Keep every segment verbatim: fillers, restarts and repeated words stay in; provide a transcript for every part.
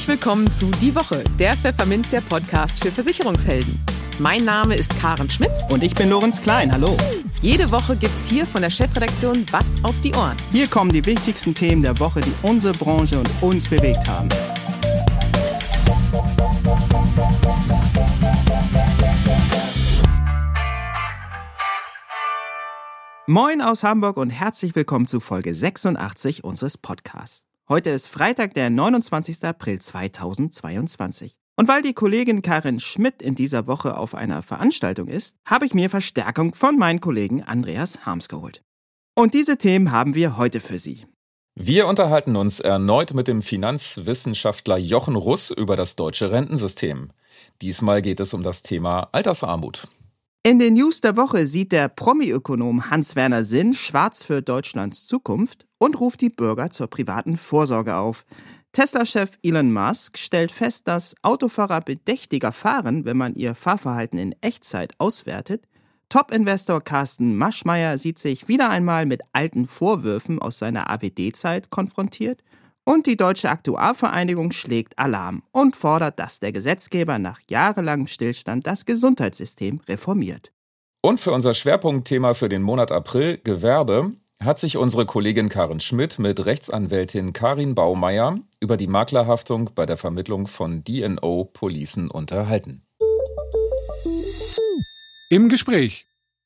Herzlich willkommen zu Die Woche, der Pfefferminzia-Podcast für Versicherungshelden. Mein Name ist Karen Schmidt. Und ich bin Lorenz Klein, hallo. Jede Woche gibt's hier von der Chefredaktion was auf die Ohren. Hier kommen die wichtigsten Themen der Woche, die unsere Branche und uns bewegt haben. Moin aus Hamburg und herzlich willkommen zu Folge sechsundachtzig unseres Podcasts. Heute ist Freitag, der neunundzwanzigster April zweitausendzweiundzwanzig. Und weil die Kollegin Karin Schmidt in dieser Woche auf einer Veranstaltung ist, habe ich mir Verstärkung von meinem Kollegen Andreas Harms geholt. Und diese Themen haben wir heute für Sie. Wir unterhalten uns erneut mit dem Finanzwissenschaftler Jochen Russ über das deutsche Rentensystem. Diesmal geht es um das Thema Altersarmut. In den News der Woche sieht der Promi-Ökonom Hans-Werner Sinn schwarz für Deutschlands Zukunft und ruft die Bürger zur privaten Vorsorge auf. Tesla-Chef Elon Musk stellt fest, dass Autofahrer bedächtiger fahren, wenn man ihr Fahrverhalten in Echtzeit auswertet. Top-Investor Carsten Maschmeyer sieht sich wieder einmal mit alten Vorwürfen aus seiner A W D-Zeit konfrontiert. Und die Deutsche Aktuarvereinigung schlägt Alarm und fordert, dass der Gesetzgeber nach jahrelangem Stillstand das Gesundheitssystem reformiert. Und für unser Schwerpunktthema für den Monat April, Gewerbe, hat sich unsere Kollegin Karin Schmidt mit Rechtsanwältin Karin Baumeier über die Maklerhaftung bei der Vermittlung von D und O-Policen unterhalten. Im Gespräch.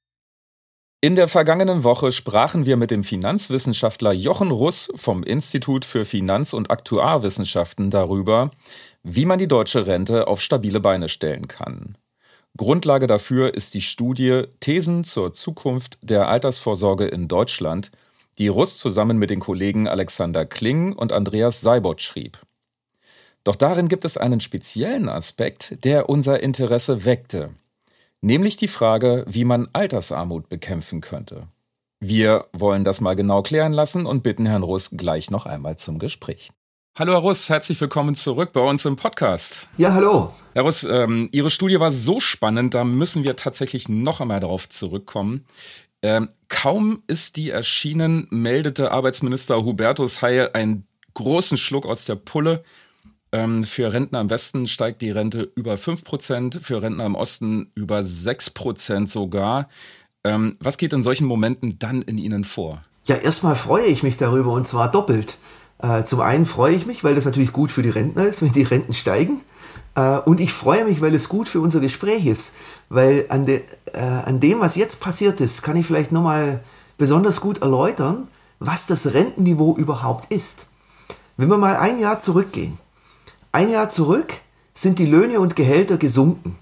In der vergangenen Woche sprachen wir mit dem Finanzwissenschaftler Jochen Russ vom Institut für Finanz- und Aktuarwissenschaften darüber, wie man die deutsche Rente auf stabile Beine stellen kann. Grundlage dafür ist die Studie Thesen zur Zukunft der Altersvorsorge in Deutschland, die Russ zusammen mit den Kollegen Alexander Kling und Andreas Seibert schrieb. Doch darin gibt es einen speziellen Aspekt, der unser Interesse weckte. Nämlich die Frage, wie man Altersarmut bekämpfen könnte. Wir wollen das mal genau klären lassen und bitten Herrn Russ gleich noch einmal zum Gespräch. Hallo Herr Russ, herzlich willkommen zurück bei uns im Podcast. Ja, hallo. Herr Russ, ähm, Ihre Studie war so spannend, da müssen wir tatsächlich noch einmal darauf zurückkommen. Ähm, kaum ist die erschienen, meldete Arbeitsminister Hubertus Heil einen großen Schluck aus der Pulle. Für Rentner im Westen steigt die Rente über fünf Prozent, für Rentner im Osten über sechs Prozent sogar. Was geht in solchen Momenten dann in Ihnen vor? Ja, erstmal freue ich mich darüber und zwar doppelt. Zum einen freue ich mich, weil das natürlich gut für die Rentner ist, wenn die Renten steigen. Und ich freue mich, weil es gut für unser Gespräch ist. Weil an, de, an dem, was jetzt passiert ist, kann ich vielleicht nochmal besonders gut erläutern, was das Rentenniveau überhaupt ist. Wenn wir mal ein Jahr zurückgehen. Ein Jahr zurück sind die Löhne und Gehälter gesunken.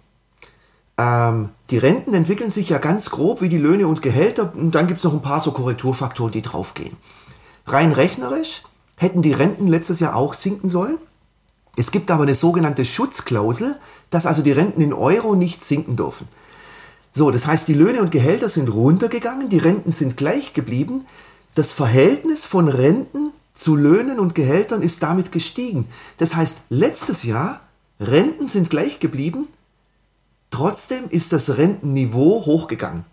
Ähm, die Renten entwickeln sich ja ganz grob wie die Löhne und Gehälter und dann gibt es noch ein paar so Korrekturfaktoren, die draufgehen. Rein rechnerisch hätten die Renten letztes Jahr auch sinken sollen. Es gibt aber eine sogenannte Schutzklausel, dass also die Renten in Euro nicht sinken dürfen. So, das heißt, die Löhne und Gehälter sind runtergegangen, die Renten sind gleich geblieben. Das Verhältnis von Renten zu Löhnen und Gehältern ist damit gestiegen. Das heißt, letztes Jahr, Renten sind gleich geblieben, trotzdem ist das Rentenniveau hochgegangen.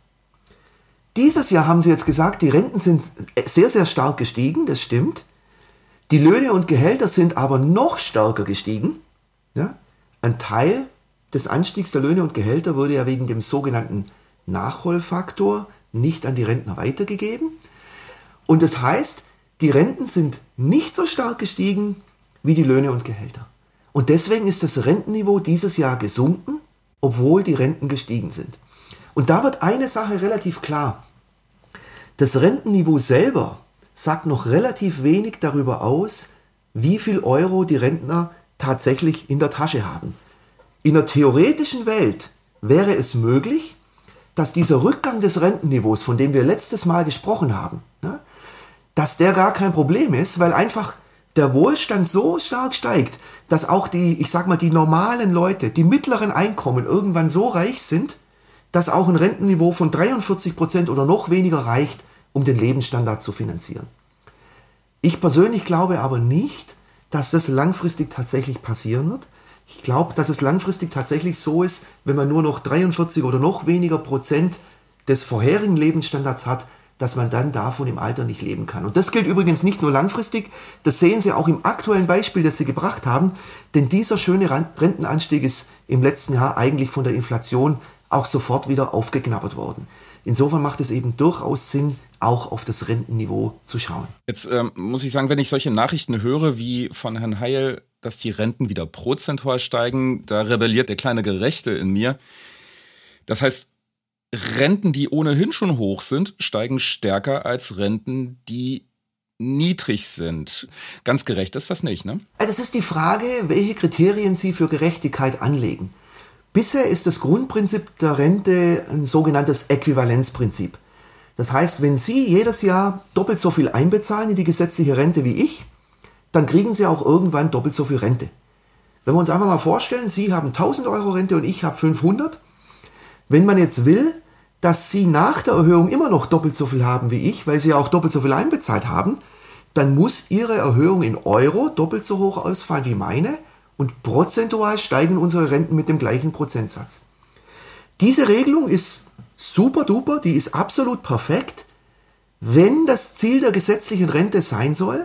Dieses Jahr haben sie jetzt gesagt, die Renten sind sehr, sehr stark gestiegen, das stimmt. Die Löhne und Gehälter sind aber noch stärker gestiegen. Ja? Ein Teil des Anstiegs der Löhne und Gehälter wurde ja wegen dem sogenannten Nachholfaktor nicht an die Rentner weitergegeben. Und das heißt, die Renten sind nicht so stark gestiegen wie die Löhne und Gehälter. Und deswegen ist das Rentenniveau dieses Jahr gesunken, obwohl die Renten gestiegen sind. Und da wird eine Sache relativ klar. Das Rentenniveau selber sagt noch relativ wenig darüber aus, wie viel Euro die Rentner tatsächlich in der Tasche haben. In der theoretischen Welt wäre es möglich, dass dieser Rückgang des Rentenniveaus, von dem wir letztes Mal gesprochen haben, ja, dass der gar kein Problem ist, weil einfach der Wohlstand so stark steigt, dass auch die, ich sag mal, die normalen Leute, die mittleren Einkommen irgendwann so reich sind, dass auch ein Rentenniveau von dreiundvierzig Prozent oder noch weniger reicht, um den Lebensstandard zu finanzieren. Ich persönlich glaube aber nicht, dass das langfristig tatsächlich passieren wird. Ich glaube, dass es langfristig tatsächlich so ist, wenn man nur noch dreiundvierzig oder noch weniger Prozent des vorherigen Lebensstandards hat, dass man dann davon im Alter nicht leben kann. Und das gilt übrigens nicht nur langfristig, das sehen Sie auch im aktuellen Beispiel, das Sie gebracht haben, denn dieser schöne Rentenanstieg ist im letzten Jahr eigentlich von der Inflation auch sofort wieder aufgeknabbert worden. Insofern macht es eben durchaus Sinn, auch auf das Rentenniveau zu schauen. Jetzt ähm, muss ich sagen, wenn ich solche Nachrichten höre wie von Herrn Heil, dass die Renten wieder prozentual steigen, da rebelliert der kleine Gerechte in mir. Das heißt, Renten, die ohnehin schon hoch sind, steigen stärker als Renten, die niedrig sind. Ganz gerecht ist das nicht, ne? Das ist die Frage, welche Kriterien Sie für Gerechtigkeit anlegen. Bisher ist das Grundprinzip der Rente ein sogenanntes Äquivalenzprinzip. Das heißt, wenn Sie jedes Jahr doppelt so viel einbezahlen in die gesetzliche Rente wie ich, dann kriegen Sie auch irgendwann doppelt so viel Rente. Wenn wir uns einfach mal vorstellen, Sie haben tausend Euro Rente und ich habe fünfhundert. Wenn man jetzt will, dass Sie nach der Erhöhung immer noch doppelt so viel haben wie ich, weil Sie ja auch doppelt so viel einbezahlt haben, dann muss Ihre Erhöhung in Euro doppelt so hoch ausfallen wie meine und prozentual steigen unsere Renten mit dem gleichen Prozentsatz. Diese Regelung ist super duper, die ist absolut perfekt, wenn das Ziel der gesetzlichen Rente sein soll,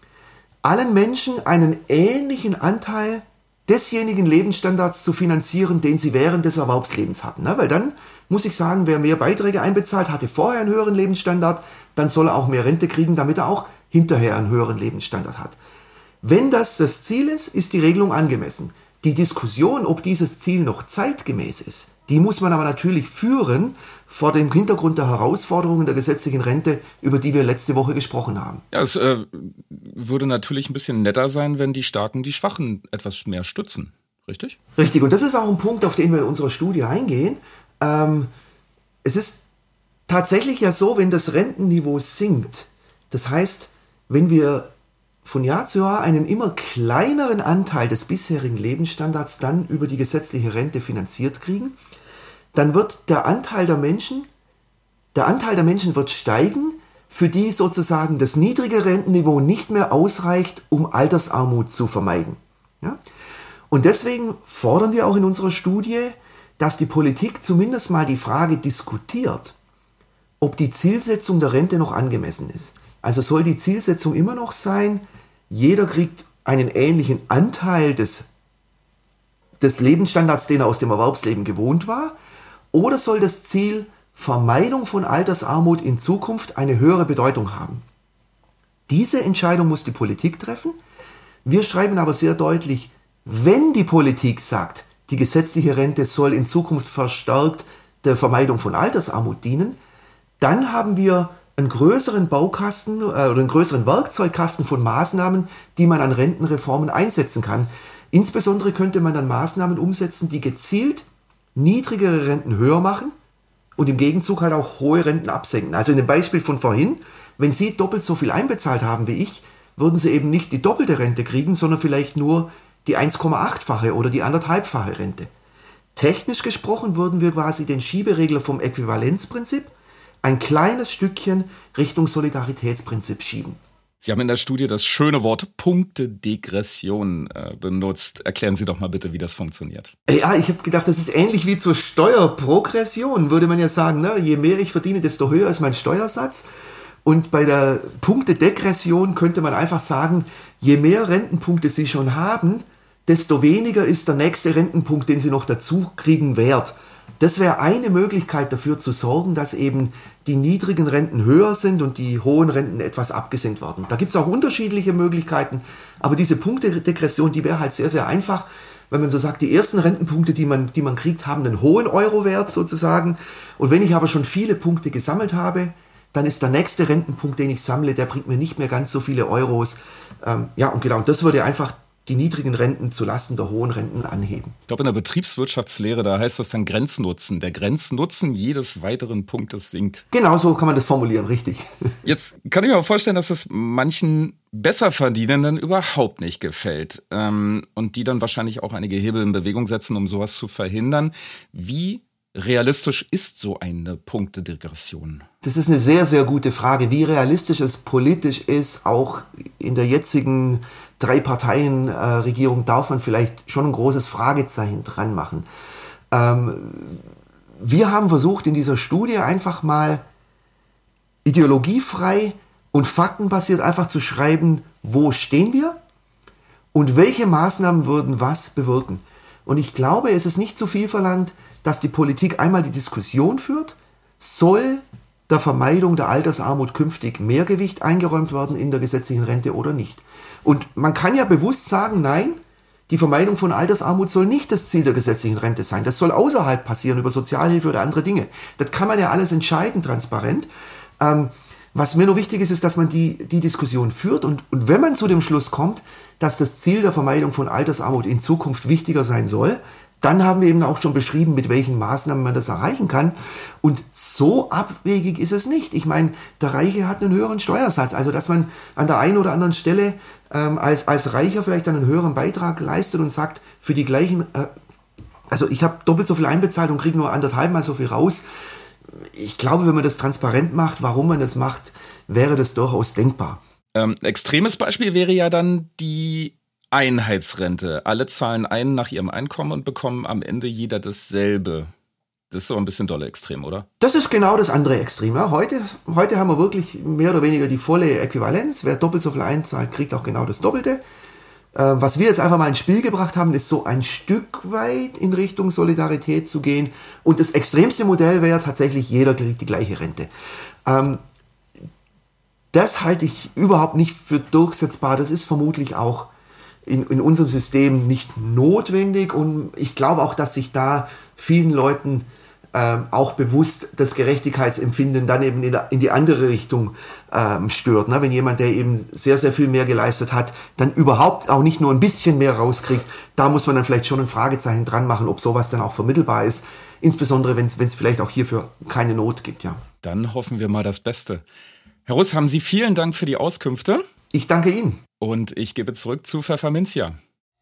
allen Menschen einen ähnlichen Anteil desjenigen Lebensstandards zu finanzieren, den sie während des Erwerbslebens hatten. Weil dann muss ich sagen, wer mehr Beiträge einbezahlt, hatte vorher einen höheren Lebensstandard, dann soll er auch mehr Rente kriegen, damit er auch hinterher einen höheren Lebensstandard hat. Wenn das das Ziel ist, ist die Regelung angemessen. Die Diskussion, ob dieses Ziel noch zeitgemäß ist, die muss man aber natürlich führen vor dem Hintergrund der Herausforderungen der gesetzlichen Rente, über die wir letzte Woche gesprochen haben. Ja, es äh, würde natürlich ein bisschen netter sein, wenn die Starken die Schwachen etwas mehr stützen. Richtig? Richtig. Und das ist auch ein Punkt, auf den wir in unserer Studie eingehen. Ähm, es ist tatsächlich ja so, wenn das Rentenniveau sinkt, das heißt, wenn wir von Jahr zu Jahr einen immer kleineren Anteil des bisherigen Lebensstandards dann über die gesetzliche Rente finanziert kriegen, dann wird der Anteil der Menschen, der Anteil der Menschen wird steigen, für die sozusagen das niedrige Rentenniveau nicht mehr ausreicht, um Altersarmut zu vermeiden. Ja? Und deswegen fordern wir auch in unserer Studie, dass die Politik zumindest mal die Frage diskutiert, ob die Zielsetzung der Rente noch angemessen ist. Also soll die Zielsetzung immer noch sein, jeder kriegt einen ähnlichen Anteil des, des Lebensstandards, den er aus dem Erwerbsleben gewohnt war, oder soll das Ziel Vermeidung von Altersarmut in Zukunft eine höhere Bedeutung haben? Diese Entscheidung muss die Politik treffen. Wir schreiben aber sehr deutlich, wenn die Politik sagt, die gesetzliche Rente soll in Zukunft verstärkt der Vermeidung von Altersarmut dienen, dann haben wir einen größeren Baukasten äh, oder einen größeren Werkzeugkasten von Maßnahmen, die man an Rentenreformen einsetzen kann. Insbesondere könnte man dann Maßnahmen umsetzen, die gezielt niedrigere Renten höher machen und im Gegenzug halt auch hohe Renten absenken. Also in dem Beispiel von vorhin, wenn Sie doppelt so viel einbezahlt haben wie ich, würden Sie eben nicht die doppelte Rente kriegen, sondern vielleicht nur die eins Komma acht-fache oder die anderthalbfache Rente. Technisch gesprochen würden wir quasi den Schieberegler vom Äquivalenzprinzip ein kleines Stückchen Richtung Solidaritätsprinzip schieben. Sie haben in der Studie das schöne Wort Punktedegression äh, benutzt. Erklären Sie doch mal bitte, wie das funktioniert. Ja, ich habe gedacht, das ist ähnlich wie zur Steuerprogression, würde man ja sagen. Ne? Je mehr ich verdiene, desto höher ist mein Steuersatz. Und bei der Punktedegression könnte man einfach sagen, je mehr Rentenpunkte Sie schon haben, desto weniger ist der nächste Rentenpunkt, den Sie noch dazu kriegen, wert. Das wäre eine Möglichkeit dafür zu sorgen, dass eben die niedrigen Renten höher sind und die hohen Renten etwas abgesenkt werden. Da gibt es auch unterschiedliche Möglichkeiten, aber diese Punktedegression, die wäre halt sehr, sehr einfach, wenn man so sagt, die ersten Rentenpunkte, die man, die man kriegt, haben einen hohen Eurowert sozusagen. Und wenn ich aber schon viele Punkte gesammelt habe, dann ist der nächste Rentenpunkt, den ich sammle, der bringt mir nicht mehr ganz so viele Euros. Ähm, ja, und genau, das würde einfach die niedrigen Renten zulasten der hohen Renten anheben. Ich glaube, in der Betriebswirtschaftslehre, da heißt das dann Grenznutzen. Der Grenznutzen jedes weiteren Punktes sinkt. Genau so kann man das formulieren, richtig. Jetzt kann ich mir auch vorstellen, dass es manchen Besserverdienenden überhaupt nicht gefällt. Ähm, und die dann wahrscheinlich auch einige Hebel in Bewegung setzen, um sowas zu verhindern. Wie realistisch ist so eine Punktedegression? Das ist eine sehr, sehr gute Frage. Wie realistisch es politisch ist, auch in der jetzigen Drei-Parteien-Regierung darf man vielleicht schon ein großes Fragezeichen dran machen. Ähm, wir haben versucht, in dieser Studie einfach mal ideologiefrei und faktenbasiert einfach zu schreiben, wo stehen wir und welche Maßnahmen würden was bewirken. Und ich glaube, es ist nicht zu viel verlangt, dass die Politik einmal die Diskussion führt, soll der Vermeidung der Altersarmut künftig mehr Gewicht eingeräumt werden in der gesetzlichen Rente oder nicht. Und man kann ja bewusst sagen, nein, die Vermeidung von Altersarmut soll nicht das Ziel der gesetzlichen Rente sein. Das soll außerhalb passieren, über Sozialhilfe oder andere Dinge. Das kann man ja alles entscheiden, transparent. Ähm, was mir nur wichtig ist, ist, dass man die, die Diskussion führt. Und, und wenn man zu dem Schluss kommt, dass das Ziel der Vermeidung von Altersarmut in Zukunft wichtiger sein soll, dann haben wir eben auch schon beschrieben, mit welchen Maßnahmen man das erreichen kann. Und so abwegig ist es nicht. Ich meine, der Reiche hat einen höheren Steuersatz. Also, dass man an der einen oder anderen Stelle ähm, als, als Reicher vielleicht einen höheren Beitrag leistet und sagt, für die gleichen, äh, also ich habe doppelt so viel einbezahlt und kriege nur anderthalb Mal so viel raus. Ich glaube, wenn man das transparent macht, warum man das macht, wäre das durchaus denkbar. Ähm, extremes Beispiel wäre ja dann die Einheitsrente. Alle zahlen ein nach ihrem Einkommen und bekommen am Ende jeder dasselbe. Das ist so ein bisschen dolle Extrem, oder? Das ist genau das andere Extrem. Ja. Heute, heute haben wir wirklich mehr oder weniger die volle Äquivalenz. Wer doppelt so viel einzahlt, kriegt auch genau das Doppelte. Äh, was wir jetzt einfach mal ins Spiel gebracht haben, ist so ein Stück weit in Richtung Solidarität zu gehen. Und das extremste Modell wäre tatsächlich, jeder kriegt die gleiche Rente. Ähm, das halte ich überhaupt nicht für durchsetzbar. Das ist vermutlich auch In, in unserem System nicht notwendig und ich glaube auch, dass sich da vielen Leuten ähm, auch bewusst das Gerechtigkeitsempfinden dann eben in, der, in die andere Richtung ähm, stört. Ne? Wenn jemand, der eben sehr, sehr viel mehr geleistet hat, dann überhaupt auch nicht nur ein bisschen mehr rauskriegt, da muss man dann vielleicht schon ein Fragezeichen dran machen, ob sowas dann auch vermittelbar ist, insbesondere wenn es vielleicht auch hierfür keine Not gibt. Ja. Dann hoffen wir mal das Beste. Herr Russ, haben Sie vielen Dank für die Auskünfte. Ich danke Ihnen. Und ich gebe zurück zu Pfefferminzia.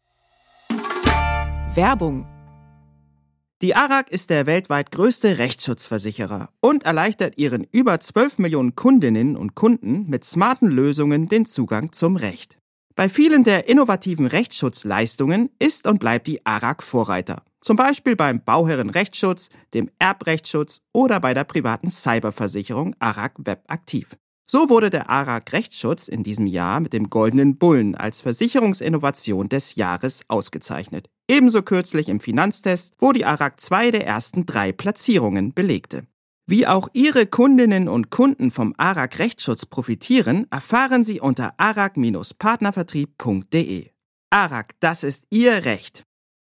Werbung. Die A R A G ist der weltweit größte Rechtsschutzversicherer und erleichtert ihren über zwölf Millionen Kundinnen und Kunden mit smarten Lösungen den Zugang zum Recht. Bei vielen der innovativen Rechtsschutzleistungen ist und bleibt die A R A G Vorreiter. Zum Beispiel beim Bauherrenrechtsschutz, dem Erbrechtsschutz oder bei der privaten Cyberversicherung A R A G Web Aktiv. So wurde der A R A G Rechtsschutz in diesem Jahr mit dem Goldenen Bullen als Versicherungsinnovation des Jahres ausgezeichnet. Ebenso kürzlich im Finanztest, wo die A R A G zwei der ersten drei Platzierungen belegte. Wie auch Ihre Kundinnen und Kunden vom A R A G Rechtsschutz profitieren, erfahren Sie unter arag Bindestrich partnervertrieb punkt de. A R A G, das ist Ihr Recht.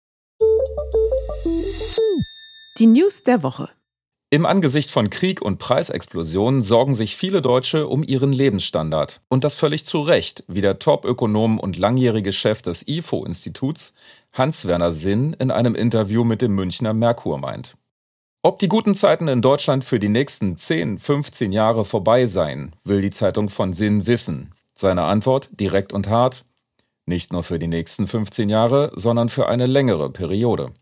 Die News der Woche. Im Angesicht von Krieg und Preisexplosionen sorgen sich viele Deutsche um ihren Lebensstandard. Und das völlig zu Recht, wie der Top-Ökonom und langjährige Chef des I F O-Instituts, Hans-Werner Sinn, in einem Interview mit dem Münchner Merkur meint. Ob die guten Zeiten in Deutschland für die nächsten zehn, fünfzehn Jahre vorbei seien, will die Zeitung von Sinn wissen. Seine Antwort direkt und hart: Nicht nur für die nächsten fünfzehn Jahre, sondern für eine längere Periode.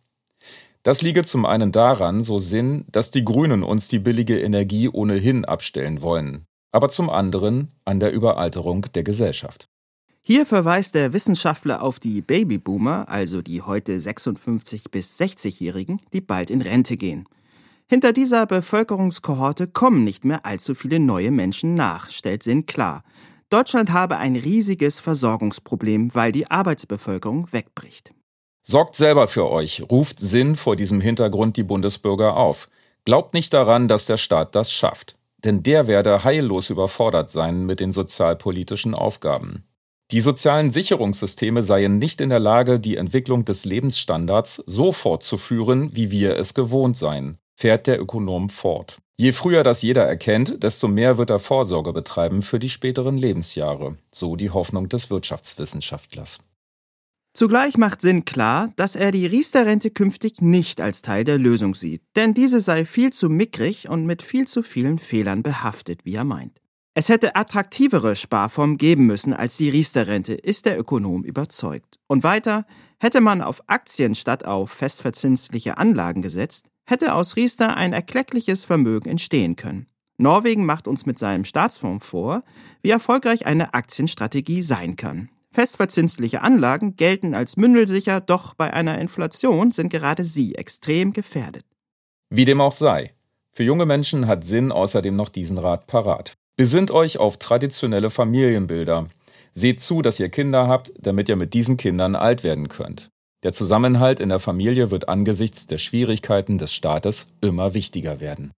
Das liege zum einen daran, so Sinn, dass die Grünen uns die billige Energie ohnehin abstellen wollen, aber zum anderen an der Überalterung der Gesellschaft. Hier verweist der Wissenschaftler auf die Babyboomer, also die heute sechsundfünfzig- bis sechzigjährigen, die bald in Rente gehen. Hinter dieser Bevölkerungskohorte kommen nicht mehr allzu viele neue Menschen nach, stellt Sinn klar. Deutschland habe ein riesiges Versorgungsproblem, weil die Arbeitsbevölkerung wegbricht. Sorgt selber für euch, ruft Sinn vor diesem Hintergrund die Bundesbürger auf. Glaubt nicht daran, dass der Staat das schafft. Denn der werde heillos überfordert sein mit den sozialpolitischen Aufgaben. Die sozialen Sicherungssysteme seien nicht in der Lage, die Entwicklung des Lebensstandards so fortzuführen, wie wir es gewohnt seien, fährt der Ökonom fort. Je früher das jeder erkennt, desto mehr wird er Vorsorge betreiben für die späteren Lebensjahre, so die Hoffnung des Wirtschaftswissenschaftlers. Zugleich macht Sinn klar, dass er die Riester-Rente künftig nicht als Teil der Lösung sieht, denn diese sei viel zu mickrig und mit viel zu vielen Fehlern behaftet, wie er meint. Es hätte attraktivere Sparformen geben müssen als die Riester-Rente, ist der Ökonom überzeugt. Und weiter, hätte man auf Aktien statt auf festverzinsliche Anlagen gesetzt, hätte aus Riester ein erkleckliches Vermögen entstehen können. Norwegen macht uns mit seinem Staatsfonds vor, wie erfolgreich eine Aktienstrategie sein kann. Festverzinsliche Anlagen gelten als mündelsicher, doch bei einer Inflation sind gerade sie extrem gefährdet. Wie dem auch sei. Für junge Menschen hat Sinn außerdem noch diesen Rat parat. Besinnt euch auf traditionelle Familienbilder. Seht zu, dass ihr Kinder habt, damit ihr mit diesen Kindern alt werden könnt. Der Zusammenhalt in der Familie wird angesichts der Schwierigkeiten des Staates immer wichtiger werden.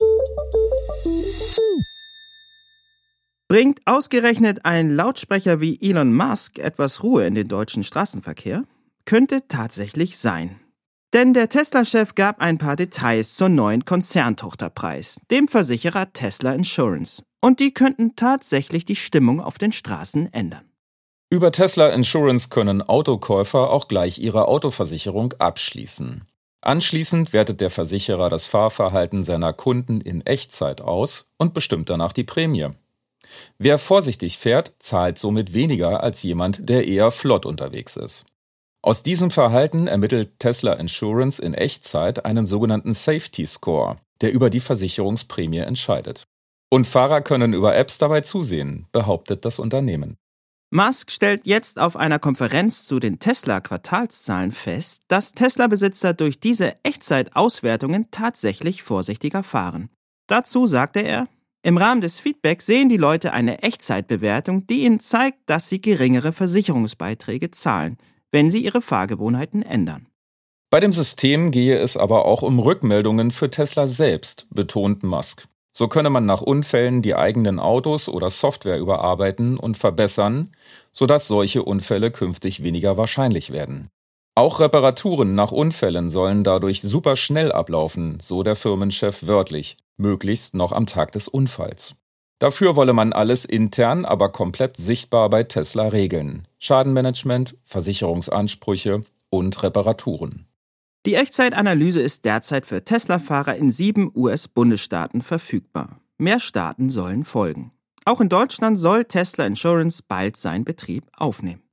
Bringt ausgerechnet ein Lautsprecher wie Elon Musk etwas Ruhe in den deutschen Straßenverkehr? Könnte tatsächlich sein. Denn der Tesla-Chef gab ein paar Details zur neuen Konzerntochterpreis, dem Versicherer Tesla Insurance. Und die könnten tatsächlich die Stimmung auf den Straßen ändern. Über Tesla Insurance können Autokäufer auch gleich ihre Autoversicherung abschließen. Anschließend wertet der Versicherer das Fahrverhalten seiner Kunden in Echtzeit aus und bestimmt danach die Prämie. Wer vorsichtig fährt, zahlt somit weniger als jemand, der eher flott unterwegs ist. Aus diesem Verhalten ermittelt Tesla Insurance in Echtzeit einen sogenannten Safety Score, der über die Versicherungsprämie entscheidet. Und Fahrer können über Apps dabei zusehen, behauptet das Unternehmen. Musk stellt jetzt auf einer Konferenz zu den Tesla-Quartalszahlen fest, dass Tesla-Besitzer durch diese Echtzeit-Auswertungen tatsächlich vorsichtiger fahren. Dazu sagte er: Im Rahmen des Feedbacks sehen die Leute eine Echtzeitbewertung, die ihnen zeigt, dass sie geringere Versicherungsbeiträge zahlen, wenn sie ihre Fahrgewohnheiten ändern. Bei dem System gehe es aber auch um Rückmeldungen für Tesla selbst, betont Musk. So könne man nach Unfällen die eigenen Autos oder Software überarbeiten und verbessern, sodass solche Unfälle künftig weniger wahrscheinlich werden. Auch Reparaturen nach Unfällen sollen dadurch super schnell ablaufen, so der Firmenchef wörtlich, möglichst noch am Tag des Unfalls. Dafür wolle man alles intern, aber komplett sichtbar bei Tesla regeln: Schadenmanagement, Versicherungsansprüche und Reparaturen. Die Echtzeitanalyse ist derzeit für Tesla-Fahrer in sieben U S-Bundesstaaten verfügbar. Mehr Staaten sollen folgen. Auch in Deutschland soll Tesla Insurance bald seinen Betrieb aufnehmen.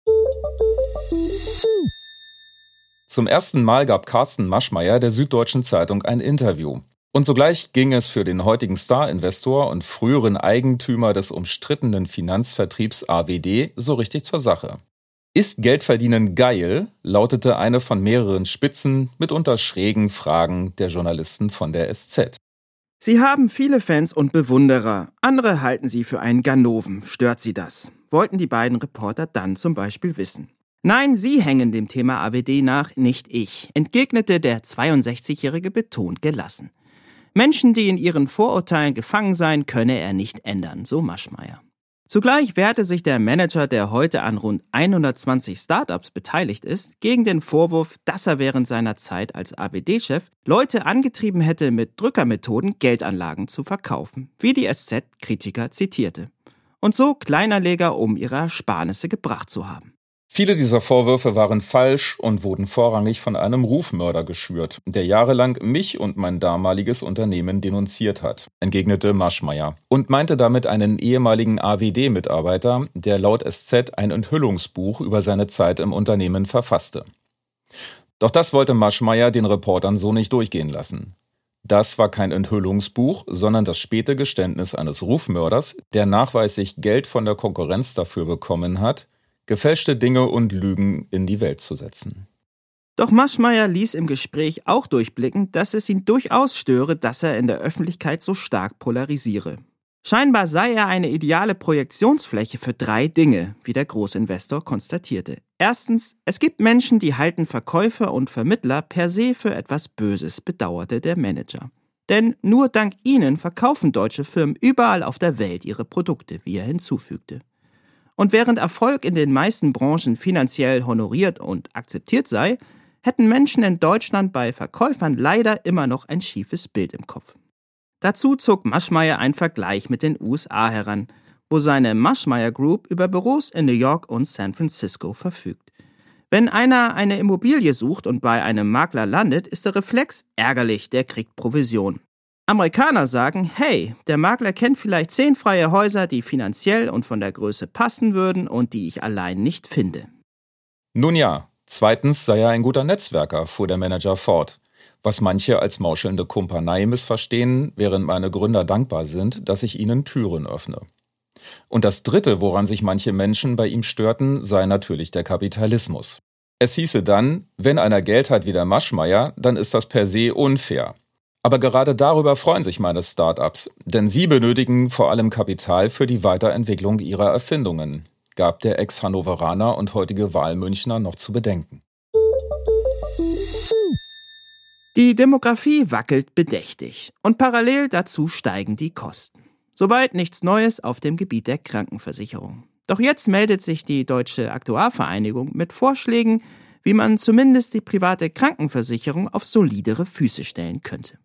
Zum ersten Mal gab Carsten Maschmeyer der Süddeutschen Zeitung ein Interview. Und sogleich ging es für den heutigen Star-Investor und früheren Eigentümer des umstrittenen Finanzvertriebs A W D so richtig zur Sache. Ist Geldverdienen geil? Lautete eine von mehreren spitzen, mitunter schrägen Fragen der Journalisten von der S Z. Sie haben viele Fans und Bewunderer. Andere halten sie für einen Ganoven. Stört sie das? Wollten die beiden Reporter dann zum Beispiel wissen. Nein, sie hängen dem Thema A W D nach, nicht ich, entgegnete der zweiundsechzigjährige betont gelassen. Menschen, die in ihren Vorurteilen gefangen seien, könne er nicht ändern, so Maschmeyer. Zugleich wehrte sich der Manager, der heute an rund hundertzwanzig Startups beteiligt ist, gegen den Vorwurf, dass er während seiner Zeit als A W D-Chef Leute angetrieben hätte, mit Drückermethoden Geldanlagen zu verkaufen, wie die S Z-Kritiker zitierte, und so Kleinanleger um ihre Ersparnisse gebracht zu haben. Viele dieser Vorwürfe waren falsch und wurden vorrangig von einem Rufmörder geschürt, der jahrelang mich und mein damaliges Unternehmen denunziert hat, entgegnete Maschmeyer und meinte damit einen ehemaligen A W D-Mitarbeiter, der laut S Z ein Enthüllungsbuch über seine Zeit im Unternehmen verfasste. Doch das wollte Maschmeyer den Reportern so nicht durchgehen lassen. Das war kein Enthüllungsbuch, sondern das späte Geständnis eines Rufmörders, der nachweislich Geld von der Konkurrenz dafür bekommen hat, gefälschte Dinge und Lügen in die Welt zu setzen. Doch Maschmeyer ließ im Gespräch auch durchblicken, dass es ihn durchaus störe, dass er in der Öffentlichkeit so stark polarisiere. Scheinbar sei er eine ideale Projektionsfläche für drei Dinge, wie der Großinvestor konstatierte. Erstens, es gibt Menschen, die halten Verkäufer und Vermittler per se für etwas Böses, bedauerte der Manager. Denn nur dank ihnen verkaufen deutsche Firmen überall auf der Welt ihre Produkte, wie er hinzufügte. Und während Erfolg in den meisten Branchen finanziell honoriert und akzeptiert sei, hätten Menschen in Deutschland bei Verkäufern leider immer noch ein schiefes Bild im Kopf. Dazu zog Maschmeyer einen Vergleich mit den U S A heran, wo seine Maschmeyer Group über Büros in New York und San Francisco verfügt. Wenn einer eine Immobilie sucht und bei einem Makler landet, ist der Reflex ärgerlich, der kriegt Provision. Amerikaner sagen, hey, der Makler kennt vielleicht zehn freie Häuser, die finanziell und von der Größe passen würden und die ich allein nicht finde. Nun ja, zweitens sei er ein guter Netzwerker, fuhr der Manager fort, was manche als mauschelnde Kumpanei missverstehen, während meine Gründer dankbar sind, dass ich ihnen Türen öffne. Und das Dritte, woran sich manche Menschen bei ihm störten, sei natürlich der Kapitalismus. Es hieße dann, wenn einer Geld hat wie der Maschmeyer, dann ist das per se unfair. Aber gerade darüber freuen sich meine Startups, denn sie benötigen vor allem Kapital für die Weiterentwicklung ihrer Erfindungen, gab der Ex-Hannoveraner und heutige Wahlmünchner noch zu bedenken. Die Demografie wackelt bedächtig und parallel dazu steigen die Kosten. Soweit nichts Neues auf dem Gebiet der Krankenversicherung. Doch jetzt meldet sich die Deutsche Aktuarvereinigung mit Vorschlägen, wie man zumindest die private Krankenversicherung auf solidere Füße stellen könnte.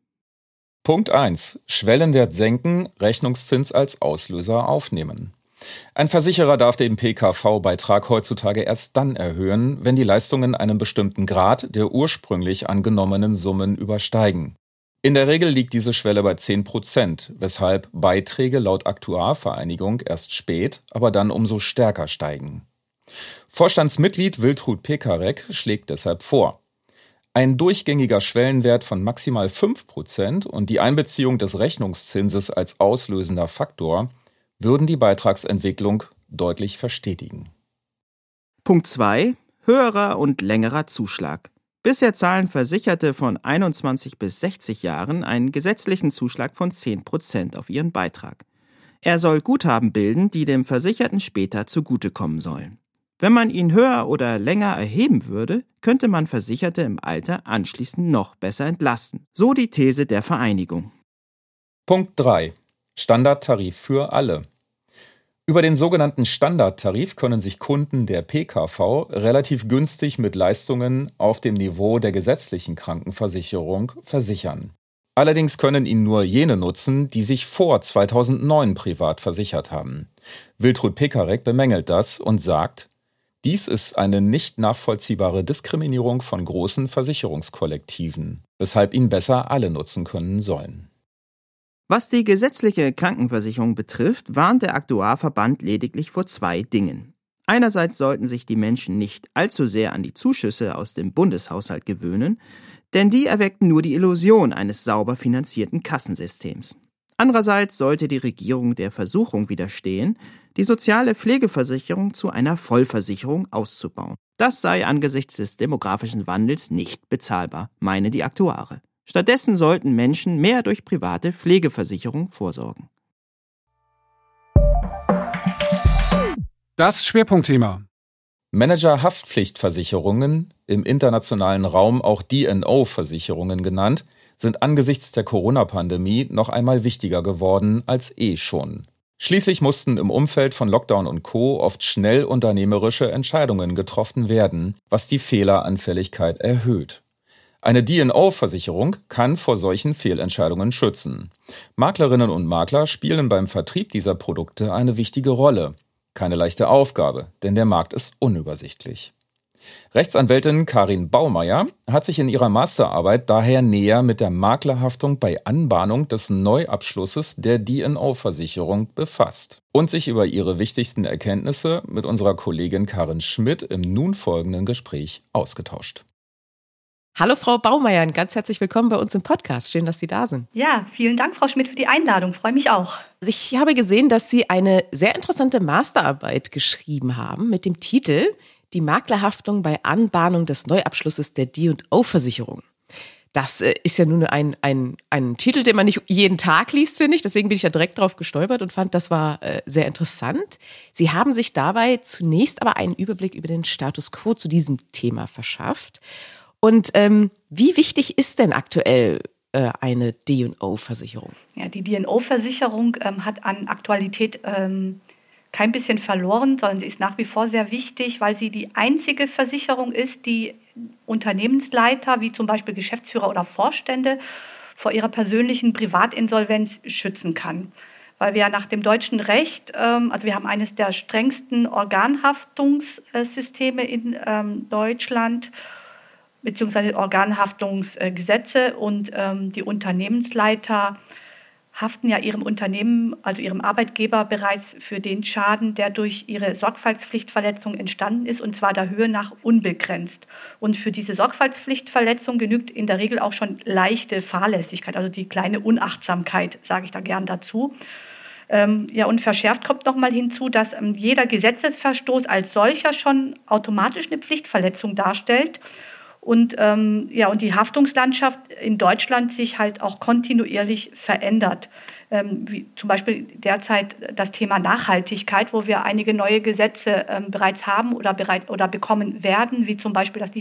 Punkt eins. Schwellenwert senken, Rechnungszins als Auslöser aufnehmen. Ein Versicherer darf den P K V-Beitrag heutzutage erst dann erhöhen, wenn die Leistungen einen bestimmten Grad der ursprünglich angenommenen Summen übersteigen. In der Regel liegt diese Schwelle bei zehn Prozent, weshalb Beiträge laut Aktuarvereinigung erst spät, aber dann umso stärker steigen. Vorstandsmitglied Wiltrud Pekarek schlägt deshalb vor: Ein durchgängiger Schwellenwert von maximal fünf Prozent und die Einbeziehung des Rechnungszinses als auslösender Faktor würden die Beitragsentwicklung deutlich verstetigen. Punkt zwei. Höherer und längerer Zuschlag. Bisher zahlen Versicherte von einundzwanzig bis sechzig Jahren einen gesetzlichen Zuschlag von zehn Prozent auf ihren Beitrag. Er soll Guthaben bilden, die dem Versicherten später zugutekommen sollen. Wenn man ihn höher oder länger erheben würde, könnte man Versicherte im Alter anschließend noch besser entlasten. So die These der Vereinigung. Punkt drei. Standardtarif für alle. Über den sogenannten Standardtarif können sich Kunden der P K V relativ günstig mit Leistungen auf dem Niveau der gesetzlichen Krankenversicherung versichern. Allerdings können ihn nur jene nutzen, die sich vor zweitausendneun privat versichert haben. Wiltrud Pekarek bemängelt das und sagt: Dies ist eine nicht nachvollziehbare Diskriminierung von großen Versicherungskollektiven, weshalb ihn besser alle nutzen können sollen. Was die gesetzliche Krankenversicherung betrifft, warnt der Aktuarverband lediglich vor zwei Dingen. Einerseits sollten sich die Menschen nicht allzu sehr an die Zuschüsse aus dem Bundeshaushalt gewöhnen, denn die erweckten nur die Illusion eines sauber finanzierten Kassensystems. Andererseits sollte die Regierung der Versuchung widerstehen, die soziale Pflegeversicherung zu einer Vollversicherung auszubauen. Das sei angesichts des demografischen Wandels nicht bezahlbar, meinen die Aktuare. Stattdessen sollten Menschen mehr durch private Pflegeversicherung vorsorgen. Das Schwerpunktthema. Manager-Haftpflichtversicherungen, im internationalen Raum auch D and O-Versicherungen genannt, sind angesichts der Corona-Pandemie noch einmal wichtiger geworden als eh schon. Schließlich mussten im Umfeld von Lockdown und Co. oft schnell unternehmerische Entscheidungen getroffen werden, was die Fehleranfälligkeit erhöht. Eine D and O-Versicherung kann vor solchen Fehlentscheidungen schützen. Maklerinnen und Makler spielen beim Vertrieb dieser Produkte eine wichtige Rolle. Keine leichte Aufgabe, denn der Markt ist unübersichtlich. Rechtsanwältin Karin Baumeier hat sich in ihrer Masterarbeit daher näher mit der Maklerhaftung bei Anbahnung des Neuabschlusses der D and O-Versicherung befasst und sich über ihre wichtigsten Erkenntnisse mit unserer Kollegin Karin Schmidt im nun folgenden Gespräch ausgetauscht. Hallo Frau Baumeier, ganz herzlich willkommen bei uns im Podcast. Schön, dass Sie da sind. Ja, vielen Dank, Frau Schmidt, für die Einladung. Freue mich auch. Ich habe gesehen, dass Sie eine sehr interessante Masterarbeit geschrieben haben mit dem Titel Die Maklerhaftung bei Anbahnung des Neuabschlusses der D and O-Versicherung. Das ist ja nun ein, ein, ein Titel, den man nicht jeden Tag liest, finde ich. Deswegen bin ich ja direkt drauf gestolpert und fand, das war äh, sehr interessant. Sie haben sich dabei zunächst aber einen Überblick über den Status quo zu diesem Thema verschafft. Und ähm, wie wichtig ist denn aktuell äh, eine D and O-Versicherung? Ja, die D and O-Versicherung ähm, hat an Aktualität ähm, kein bisschen verloren, sondern sie ist nach wie vor sehr wichtig, weil sie die einzige Versicherung ist, die Unternehmensleiter, wie zum Beispiel Geschäftsführer oder Vorstände, vor ihrer persönlichen Privatinsolvenz schützen kann. Weil wir nach dem deutschen Recht, ähm, also wir haben eines der strengsten Organhaftungssysteme in ähm, Deutschland, beziehungsweise Organhaftungsgesetze, und ähm, die Unternehmensleiter haften ja ihrem Unternehmen, also ihrem Arbeitgeber, bereits für den Schaden, der durch ihre Sorgfaltspflichtverletzung entstanden ist, und zwar der Höhe nach unbegrenzt. Und für diese Sorgfaltspflichtverletzung genügt in der Regel auch schon leichte Fahrlässigkeit, also die kleine Unachtsamkeit, sage ich da gern dazu. Ähm, ja, und verschärft kommt nochmal hinzu, dass ähm, jeder Gesetzesverstoß als solcher schon automatisch eine Pflichtverletzung darstellt. Und, ähm, ja, und die Haftungslandschaft in Deutschland sich halt auch kontinuierlich verändert. Ähm, wie zum Beispiel derzeit das Thema Nachhaltigkeit, wo wir einige neue Gesetze ähm, bereits haben oder, bereit, oder bekommen werden, wie zum Beispiel das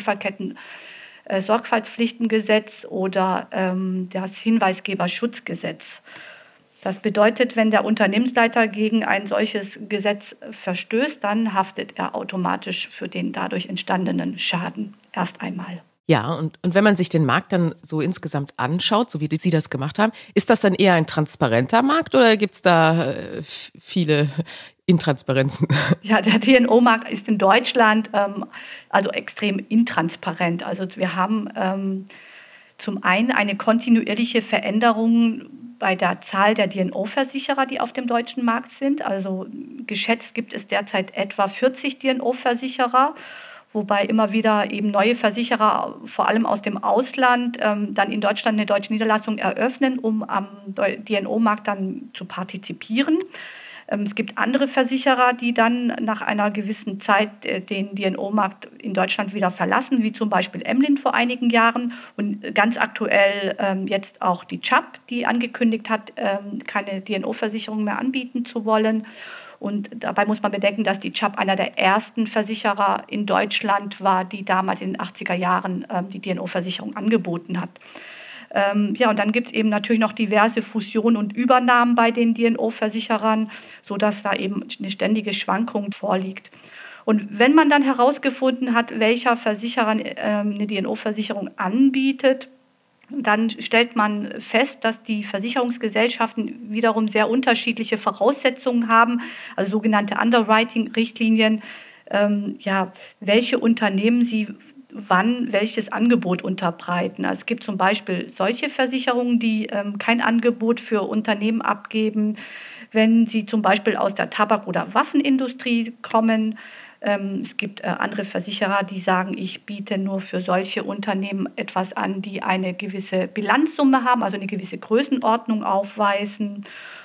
Lieferketten-Sorgfaltspflichtengesetz oder ähm, das Hinweisgeberschutzgesetz. Das bedeutet, wenn der Unternehmensleiter gegen ein solches Gesetz verstößt, dann haftet er automatisch für den dadurch entstandenen Schaden erst einmal. Ja, und, und wenn man sich den Markt dann so insgesamt anschaut, so wie Sie das gemacht haben, ist das dann eher ein transparenter Markt oder gibt es da äh, viele Intransparenzen? Ja, der D und O-Markt ist in Deutschland ähm, also extrem intransparent. Also wir haben ähm, zum einen eine kontinuierliche Veränderung bei der Zahl der D und O-Versicherer, die auf dem deutschen Markt sind. Also geschätzt gibt es derzeit etwa vierzig D und O-Versicherer, wobei immer wieder eben neue Versicherer, vor allem aus dem Ausland, ähm, dann in Deutschland eine deutsche Niederlassung eröffnen, um am D und O-Markt dann zu partizipieren. Ähm, es gibt andere Versicherer, die dann nach einer gewissen Zeit äh, den D und O-Markt in Deutschland wieder verlassen, wie zum Beispiel Emlin vor einigen Jahren und ganz aktuell ähm, jetzt auch die C H A P, die angekündigt hat, ähm, keine D und O-Versicherung mehr anbieten zu wollen. Und dabei muss man bedenken, dass die C H A P einer der ersten Versicherer in Deutschland war, die damals in den achtziger Jahren ähm, die D und O-Versicherung angeboten hat. Ähm, ja, und dann gibt es eben natürlich noch diverse Fusionen und Übernahmen bei den D und O-Versicherern, sodass da eben eine ständige Schwankung vorliegt. Und wenn man dann herausgefunden hat, welcher Versicherer ähm, eine D und O-Versicherung anbietet, dann stellt man fest, dass die Versicherungsgesellschaften wiederum sehr unterschiedliche Voraussetzungen haben, also sogenannte Underwriting-Richtlinien, ähm, ja, welche Unternehmen sie wann welches Angebot unterbreiten. Also es gibt zum Beispiel solche Versicherungen, die ähm, kein Angebot für Unternehmen abgeben, wenn sie zum Beispiel aus der Tabak- oder Waffenindustrie kommen. Ähm, es gibt äh, andere Versicherer, die sagen, ich biete nur für solche Unternehmen etwas an, die eine gewisse Bilanzsumme haben, also eine gewisse Größenordnung aufweisen.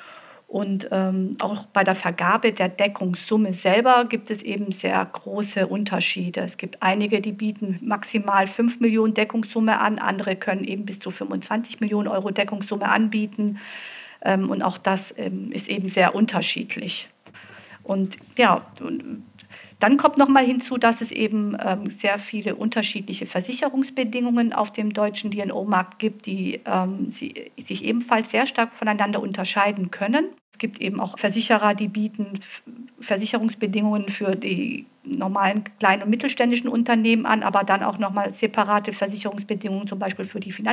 Und ähm, auch bei der Vergabe der Deckungssumme selber gibt es eben sehr große Unterschiede. Es gibt einige, die bieten maximal fünf Millionen Deckungssumme an, andere können eben bis zu fünfundzwanzig Millionen Euro Deckungssumme anbieten. Ähm, und auch das ähm, ist eben sehr unterschiedlich. Und ja, und dann kommt noch mal hinzu, dass es eben ähm, sehr viele unterschiedliche Versicherungsbedingungen auf dem deutschen D und O-Markt gibt, die ähm, sie, sich ebenfalls sehr stark voneinander unterscheiden können. Es gibt eben auch Versicherer, die bieten Versicherungsbedingungen für die normalen kleinen und mittelständischen Unternehmen an, aber dann auch noch mal separate Versicherungsbedingungen, zum Beispiel für die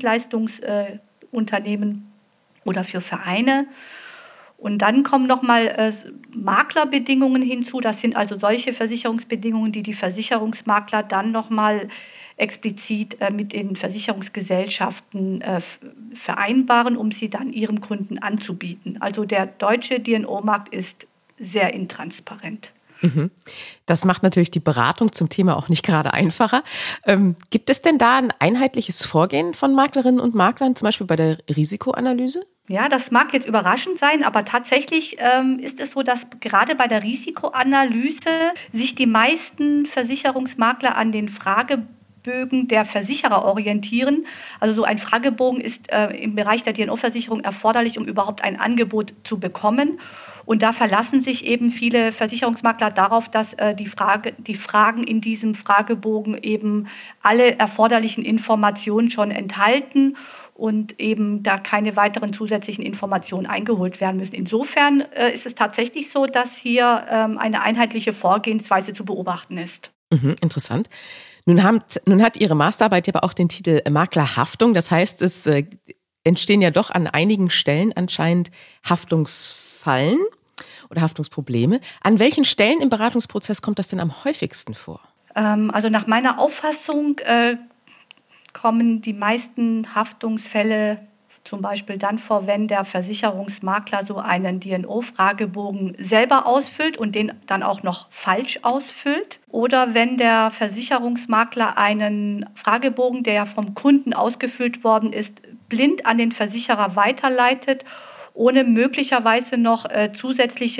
Finanzdienstleistungsunternehmen oder für Vereine. Und dann kommen nochmal äh, Maklerbedingungen hinzu. Das sind also solche Versicherungsbedingungen, die die Versicherungsmakler dann nochmal explizit äh, mit den Versicherungsgesellschaften äh, vereinbaren, um sie dann ihren Kunden anzubieten. Also der deutsche D und O-Markt ist sehr intransparent. Mhm. Das macht natürlich die Beratung zum Thema auch nicht gerade einfacher. Ähm, gibt es denn da ein einheitliches Vorgehen von Maklerinnen und Maklern, zum Beispiel bei der Risikoanalyse? Ja, das mag jetzt überraschend sein, aber tatsächlich ähm, ist es so, dass gerade bei der Risikoanalyse sich die meisten Versicherungsmakler an den Fragebögen der Versicherer orientieren. Also so ein Fragebogen ist äh, im Bereich der D und O-Versicherung erforderlich, um überhaupt ein Angebot zu bekommen. Und da verlassen sich eben viele Versicherungsmakler darauf, dass äh, die, Frage, die Fragen in diesem Fragebogen eben alle erforderlichen Informationen schon enthalten und eben da keine weiteren zusätzlichen Informationen eingeholt werden müssen. Insofern äh, ist es tatsächlich so, dass hier ähm, eine einheitliche Vorgehensweise zu beobachten ist. Mhm, interessant. Nun, haben, nun hat Ihre Masterarbeit aber auch den Titel Maklerhaftung. Das heißt, es äh, entstehen ja doch an einigen Stellen anscheinend Haftungsfallen oder Haftungsprobleme. An welchen Stellen im Beratungsprozess kommt das denn am häufigsten vor? Ähm, also nach meiner Auffassung äh, kommen die meisten Haftungsfälle zum Beispiel dann vor, wenn der Versicherungsmakler so einen D und O-Fragebogen selber ausfüllt und den dann auch noch falsch ausfüllt. Oder wenn der Versicherungsmakler einen Fragebogen, der vom Kunden ausgefüllt worden ist, blind an den Versicherer weiterleitet, ohne möglicherweise noch äh, zusätzlichen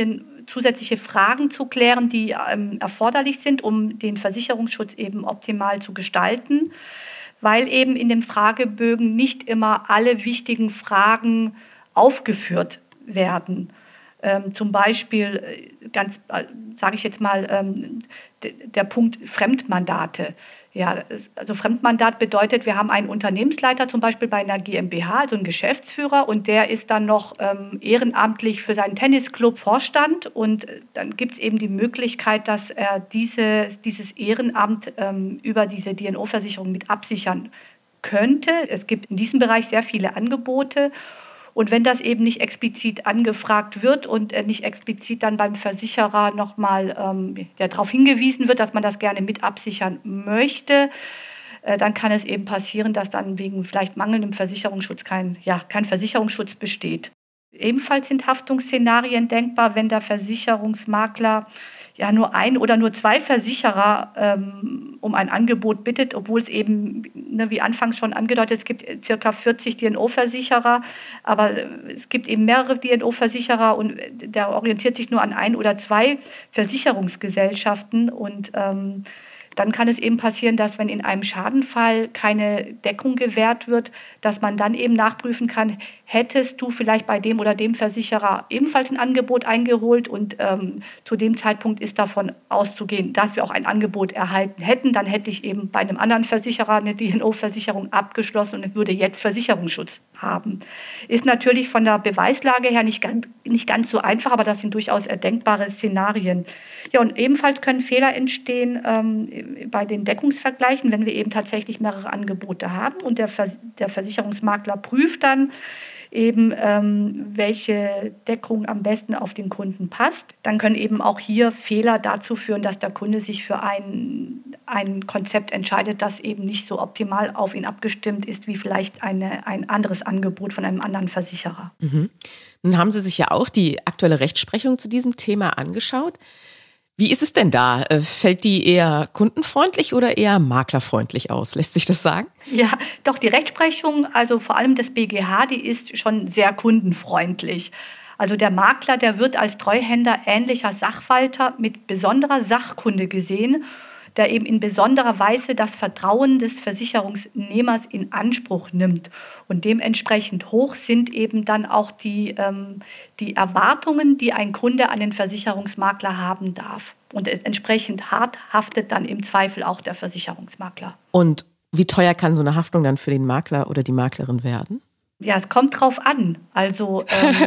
zusätzliche Fragen zu klären, die ähm, erforderlich sind, um den Versicherungsschutz eben optimal zu gestalten, weil eben in den Fragebögen nicht immer alle wichtigen Fragen aufgeführt werden. Ähm, zum Beispiel, ganz, äh, sage ich jetzt mal, ähm, d- der Punkt Fremdmandate. Ja, also Fremdmandat bedeutet, wir haben einen Unternehmensleiter, zum Beispiel bei einer GmbH, also einen Geschäftsführer, und der ist dann noch ähm, ehrenamtlich für seinen Tennisclub Vorstand. Und dann gibt es eben die Möglichkeit, dass er diese, dieses Ehrenamt ähm, über diese D und O-Versicherung mit absichern könnte. Es gibt in diesem Bereich sehr viele Angebote. Und wenn das eben nicht explizit angefragt wird und nicht explizit dann beim Versicherer nochmal ähm, ja, darauf hingewiesen wird, dass man das gerne mit absichern möchte, äh, dann kann es eben passieren, dass dann wegen vielleicht mangelndem Versicherungsschutz kein, ja, kein Versicherungsschutz besteht. Ebenfalls sind Haftungsszenarien denkbar, wenn der Versicherungsmakler ja nur ein oder nur zwei Versicherer ähm, um ein Angebot bittet, obwohl es eben, ne, wie anfangs schon angedeutet, es gibt circa vierzig D und O-Versicherer, aber es gibt eben mehrere D und O-Versicherer und der orientiert sich nur an ein oder zwei Versicherungsgesellschaften und ähm, dann kann es eben passieren, dass wenn in einem Schadenfall keine Deckung gewährt wird, dass man dann eben nachprüfen kann, hättest du vielleicht bei dem oder dem Versicherer ebenfalls ein Angebot eingeholt und ähm, zu dem Zeitpunkt ist davon auszugehen, dass wir auch ein Angebot erhalten hätten, dann hätte ich eben bei einem anderen Versicherer eine D und O-Versicherung abgeschlossen und würde jetzt Versicherungsschutz haben. Ist natürlich von der Beweislage her nicht ganz, nicht ganz so einfach, aber das sind durchaus erdenkbare Szenarien. Ja, und ebenfalls können Fehler entstehen ähm, bei den Deckungsvergleichen, wenn wir eben tatsächlich mehrere Angebote haben und der, Vers- der Versicherungsmakler prüft dann eben, ähm, welche Deckung am besten auf den Kunden passt. Dann können eben auch hier Fehler dazu führen, dass der Kunde sich für ein, ein Konzept entscheidet, das eben nicht so optimal auf ihn abgestimmt ist, wie vielleicht eine, ein anderes Angebot von einem anderen Versicherer. Mhm. Nun haben Sie sich ja auch die aktuelle Rechtsprechung zu diesem Thema angeschaut. Wie ist es denn da? Fällt die eher kundenfreundlich oder eher maklerfreundlich aus? Lässt sich das sagen? Ja, doch, die Rechtsprechung, also vor allem des B G H, die ist schon sehr kundenfreundlich. Also der Makler, der wird als Treuhänder ähnlicher Sachwalter mit besonderer Sachkunde gesehen, der eben in besonderer Weise das Vertrauen des Versicherungsnehmers in Anspruch nimmt. Und dementsprechend hoch sind eben dann auch die, ähm, die Erwartungen, die ein Kunde an den Versicherungsmakler haben darf. Und entsprechend hart haftet dann im Zweifel auch der Versicherungsmakler. Und wie teuer kann so eine Haftung dann für den Makler oder die Maklerin werden? Ja, es kommt drauf an. Also ähm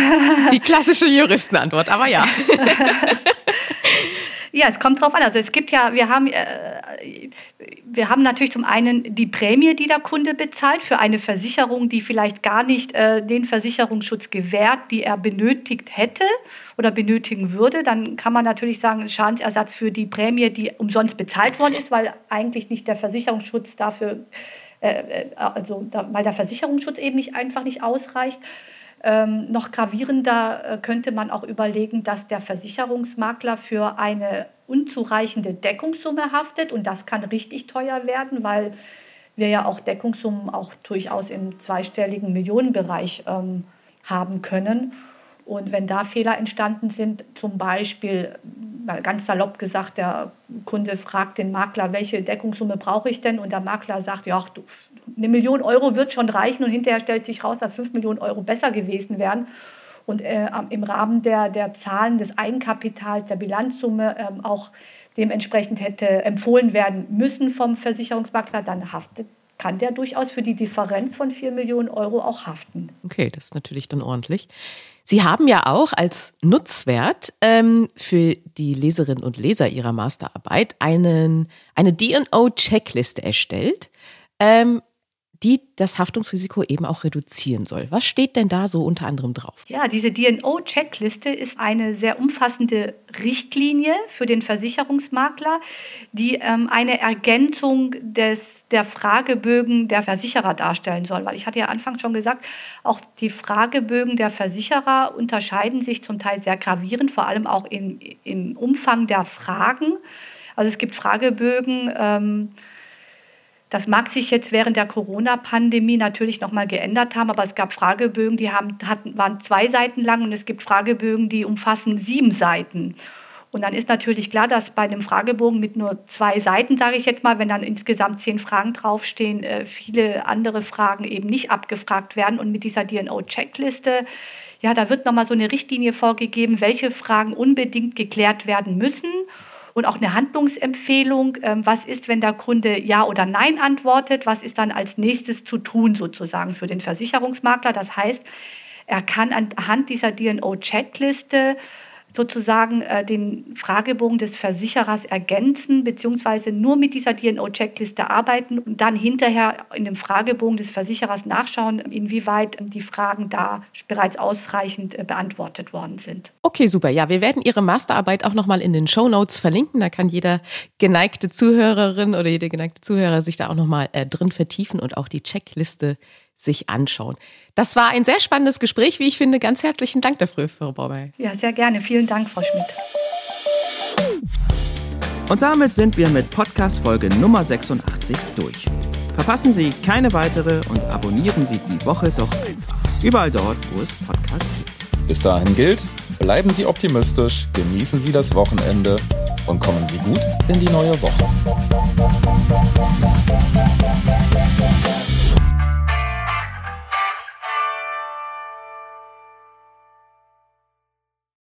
die klassische Juristenantwort, aber ja. Ja, es kommt drauf an. Also es gibt ja, wir haben, äh, wir haben natürlich zum einen die Prämie, die der Kunde bezahlt für eine Versicherung, die vielleicht gar nicht äh, den Versicherungsschutz gewährt, die er benötigt hätte oder benötigen würde. Dann kann man natürlich sagen, Schadensersatz für die Prämie, die umsonst bezahlt worden ist, weil eigentlich nicht der Versicherungsschutz dafür, äh, also da, weil der Versicherungsschutz eben nicht einfach nicht ausreicht. Ähm, noch gravierender äh, könnte man auch überlegen, dass der Versicherungsmakler für eine unzureichende Deckungssumme haftet und das kann richtig teuer werden, weil wir ja auch Deckungssummen auch durchaus im zweistelligen Millionenbereich ähm, haben können. Und wenn da Fehler entstanden sind, zum Beispiel, mal ganz salopp gesagt, der Kunde fragt den Makler, welche Deckungssumme brauche ich denn? Und der Makler sagt, ja, du, eine Million Euro wird schon reichen. Und hinterher stellt sich raus, dass fünf Millionen Euro besser gewesen wären. Und äh, im Rahmen der, der Zahlen des Eigenkapitals, der Bilanzsumme ähm, auch dementsprechend hätte empfohlen werden müssen vom Versicherungsmakler, dann haftet, kann der durchaus für die Differenz von vier Millionen Euro auch haften. Okay, das ist natürlich dann ordentlich. Sie haben ja auch als Nutzwert ähm, für die Leserinnen und Leser Ihrer Masterarbeit einen, eine D und O-Checkliste erstellt, ähm, die das Haftungsrisiko eben auch reduzieren soll. Was steht denn da so unter anderem drauf? Ja, diese D und O-Checkliste ist eine sehr umfassende Richtlinie für den Versicherungsmakler, die ähm, eine Ergänzung des, der Fragebögen der Versicherer darstellen soll. Weil ich hatte ja anfangs schon gesagt, auch die Fragebögen der Versicherer unterscheiden sich zum Teil sehr gravierend, vor allem auch in, im Umfang der Fragen. Also es gibt Fragebögen, ähm, Das mag sich jetzt während der Corona-Pandemie natürlich nochmal geändert haben, aber es gab Fragebögen, die haben, hatten, waren zwei Seiten lang und es gibt Fragebögen, die umfassen sieben Seiten. Und dann ist natürlich klar, dass bei einem Fragebogen mit nur zwei Seiten, sage ich jetzt mal, wenn dann insgesamt zehn Fragen draufstehen, viele andere Fragen eben nicht abgefragt werden. Und mit dieser D and O-Checkliste, ja, da wird nochmal so eine Richtlinie vorgegeben, welche Fragen unbedingt geklärt werden müssen. Und auch eine Handlungsempfehlung, was ist, wenn der Kunde Ja oder Nein antwortet, was ist dann als nächstes zu tun sozusagen für den Versicherungsmakler. Das heißt, er kann anhand dieser D and O-Checkliste sozusagen äh, den Fragebogen des Versicherers ergänzen, beziehungsweise nur mit dieser D and O-Checkliste arbeiten und dann hinterher in dem Fragebogen des Versicherers nachschauen, inwieweit die Fragen da bereits ausreichend äh, beantwortet worden sind. Okay, super. Ja, wir werden Ihre Masterarbeit auch nochmal in den Shownotes verlinken. Da kann jeder geneigte Zuhörerin oder jede geneigte Zuhörer sich da auch nochmal äh, drin vertiefen und auch die Checkliste sich anschauen. Das war ein sehr spannendes Gespräch, wie ich finde. Ganz herzlichen Dank dafür, Frau Baumeier. Ja, sehr gerne. Vielen Dank, Frau Schmidt. Und damit sind wir mit Podcast-Folge Nummer sechsundachtzig durch. Verpassen Sie keine weitere und abonnieren Sie die Woche doch einfach. Überall dort, wo es Podcasts gibt. Bis dahin gilt, bleiben Sie optimistisch, genießen Sie das Wochenende und kommen Sie gut in die neue Woche.